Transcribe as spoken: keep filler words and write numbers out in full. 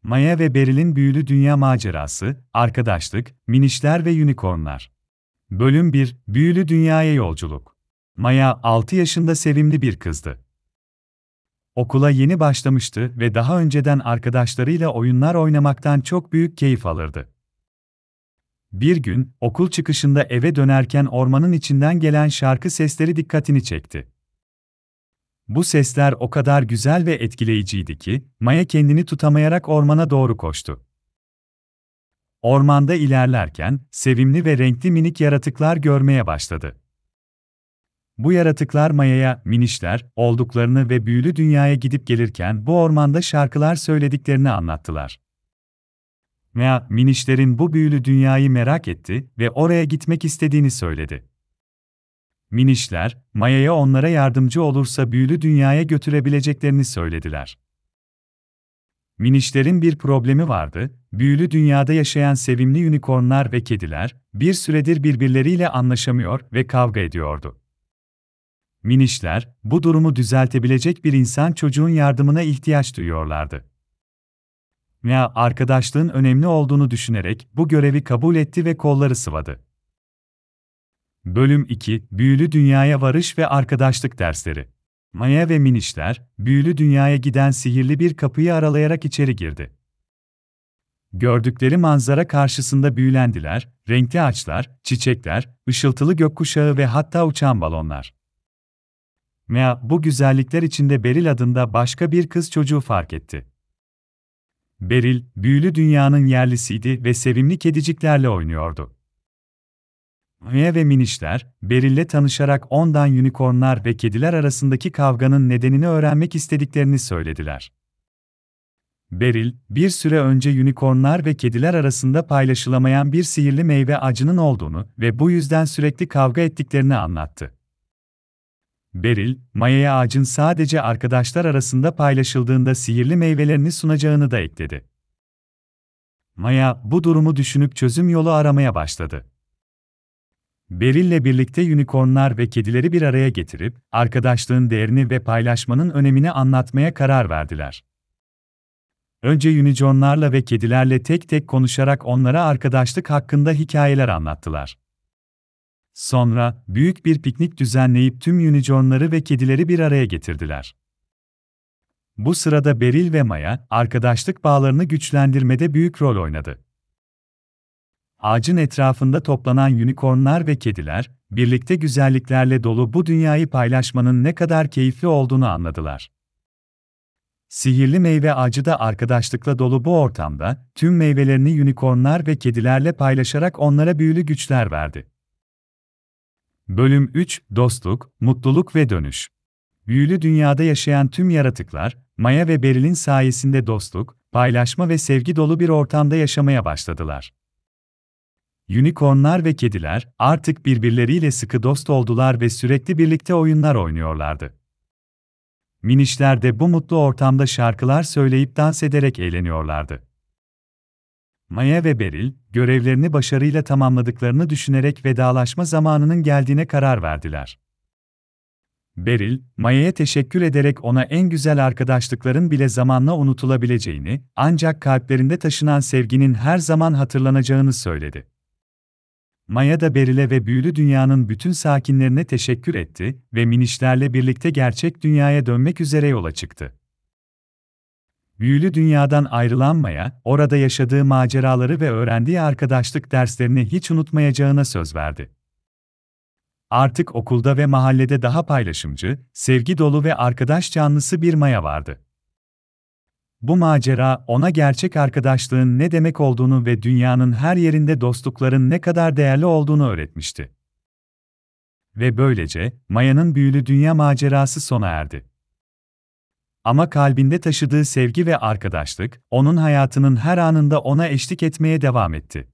Maya ve Beryl'in büyülü dünya macerası, arkadaşlık, minişler ve unicornlar. Bölüm bir. Büyülü dünyaya yolculuk. Maya, altı yaşında sevimli bir kızdı. Okula yeni başlamıştı ve daha önceden arkadaşlarıyla oyunlar oynamaktan çok büyük keyif alırdı. Bir gün, okul çıkışında eve dönerken ormanın içinden gelen şarkı sesleri dikkatini çekti. Bu sesler o kadar güzel ve etkileyiciydi ki, Maya kendini tutamayarak ormana doğru koştu. Ormanda ilerlerken, sevimli ve renkli minik yaratıklar görmeye başladı. Bu yaratıklar Maya'ya minişler olduklarını ve büyülü dünyaya gidip gelirken bu ormanda şarkılar söylediklerini anlattılar. Maya, minişlerin bu büyülü dünyayı merak etti ve oraya gitmek istediğini söyledi. Minişler, Maya'ya onlara yardımcı olursa büyülü dünyaya götürebileceklerini söylediler. Minişlerin bir problemi vardı, büyülü dünyada yaşayan sevimli unicornlar ve kediler, bir süredir birbirleriyle anlaşamıyor ve kavga ediyordu. Minişler, bu durumu düzeltebilecek bir insan çocuğun yardımına ihtiyaç duyuyorlardı. Mia, arkadaşlığın önemli olduğunu düşünerek bu görevi kabul etti ve kolları sıvadı. Bölüm iki. Büyülü dünyaya varış ve arkadaşlık dersleri. Maya ve minişler, büyülü dünyaya giden sihirli bir kapıyı aralayarak içeri girdi. Gördükleri manzara karşısında büyülendiler, renkli ağaçlar, çiçekler, ışıltılı gökkuşağı ve hatta uçan balonlar. Maya, bu güzellikler içinde Beryl adında başka bir kız çocuğu fark etti. Beryl, büyülü dünyanın yerlisiydi ve sevimli kediciklerle oynuyordu. Maya ve minişler, Beryl'le tanışarak ondan unicornlar ve kediler arasındaki kavganın nedenini öğrenmek istediklerini söylediler. Beryl, bir süre önce unicornlar ve kediler arasında paylaşılamayan bir sihirli meyve ağacının olduğunu ve bu yüzden sürekli kavga ettiklerini anlattı. Beryl, Maya'ya ağacın sadece arkadaşlar arasında paylaşıldığında sihirli meyvelerini sunacağını da ekledi. Maya, bu durumu düşünüp çözüm yolu aramaya başladı. Beryl'le birlikte unicornlar ve kedileri bir araya getirip, arkadaşlığın değerini ve paylaşmanın önemini anlatmaya karar verdiler. Önce unicornlarla ve kedilerle tek tek konuşarak onlara arkadaşlık hakkında hikayeler anlattılar. Sonra, büyük bir piknik düzenleyip tüm unicornları ve kedileri bir araya getirdiler. Bu sırada Beryl ve Maya, arkadaşlık bağlarını güçlendirmede büyük rol oynadı. Ağacın etrafında toplanan unicornlar ve kediler, birlikte güzelliklerle dolu bu dünyayı paylaşmanın ne kadar keyifli olduğunu anladılar. Sihirli meyve ağacı da arkadaşlıkla dolu bu ortamda, tüm meyvelerini unicornlar ve kedilerle paylaşarak onlara büyülü güçler verdi. Bölüm üç. Dostluk, mutluluk ve dönüş. Büyülü dünyada yaşayan tüm yaratıklar, Maya ve Beryl'in sayesinde dostluk, paylaşma ve sevgi dolu bir ortamda yaşamaya başladılar. Unicornlar ve kediler artık birbirleriyle sıkı dost oldular ve sürekli birlikte oyunlar oynuyorlardı. Minişler de bu mutlu ortamda şarkılar söyleyip dans ederek eğleniyorlardı. Maya ve Beryl, görevlerini başarıyla tamamladıklarını düşünerek vedalaşma zamanının geldiğine karar verdiler. Beryl, Maya'ya teşekkür ederek ona en güzel arkadaşlıkların bile zamanla unutulabileceğini, ancak kalplerinde taşınan sevginin her zaman hatırlanacağını söyledi. Maya da Beryl'e ve büyülü dünyanın bütün sakinlerine teşekkür etti ve minişlerle birlikte gerçek dünyaya dönmek üzere yola çıktı. Büyülü dünyadan ayrılan Maya, orada yaşadığı maceraları ve öğrendiği arkadaşlık derslerini hiç unutmayacağına söz verdi. Artık okulda ve mahallede daha paylaşımcı, sevgi dolu ve arkadaş canlısı bir Maya vardı. Bu macera, ona gerçek arkadaşlığın ne demek olduğunu ve dünyanın her yerinde dostlukların ne kadar değerli olduğunu öğretmişti. Ve böylece, Maya'nın büyülü dünya macerası sona erdi. Ama kalbinde taşıdığı sevgi ve arkadaşlık, onun hayatının her anında ona eşlik etmeye devam etti.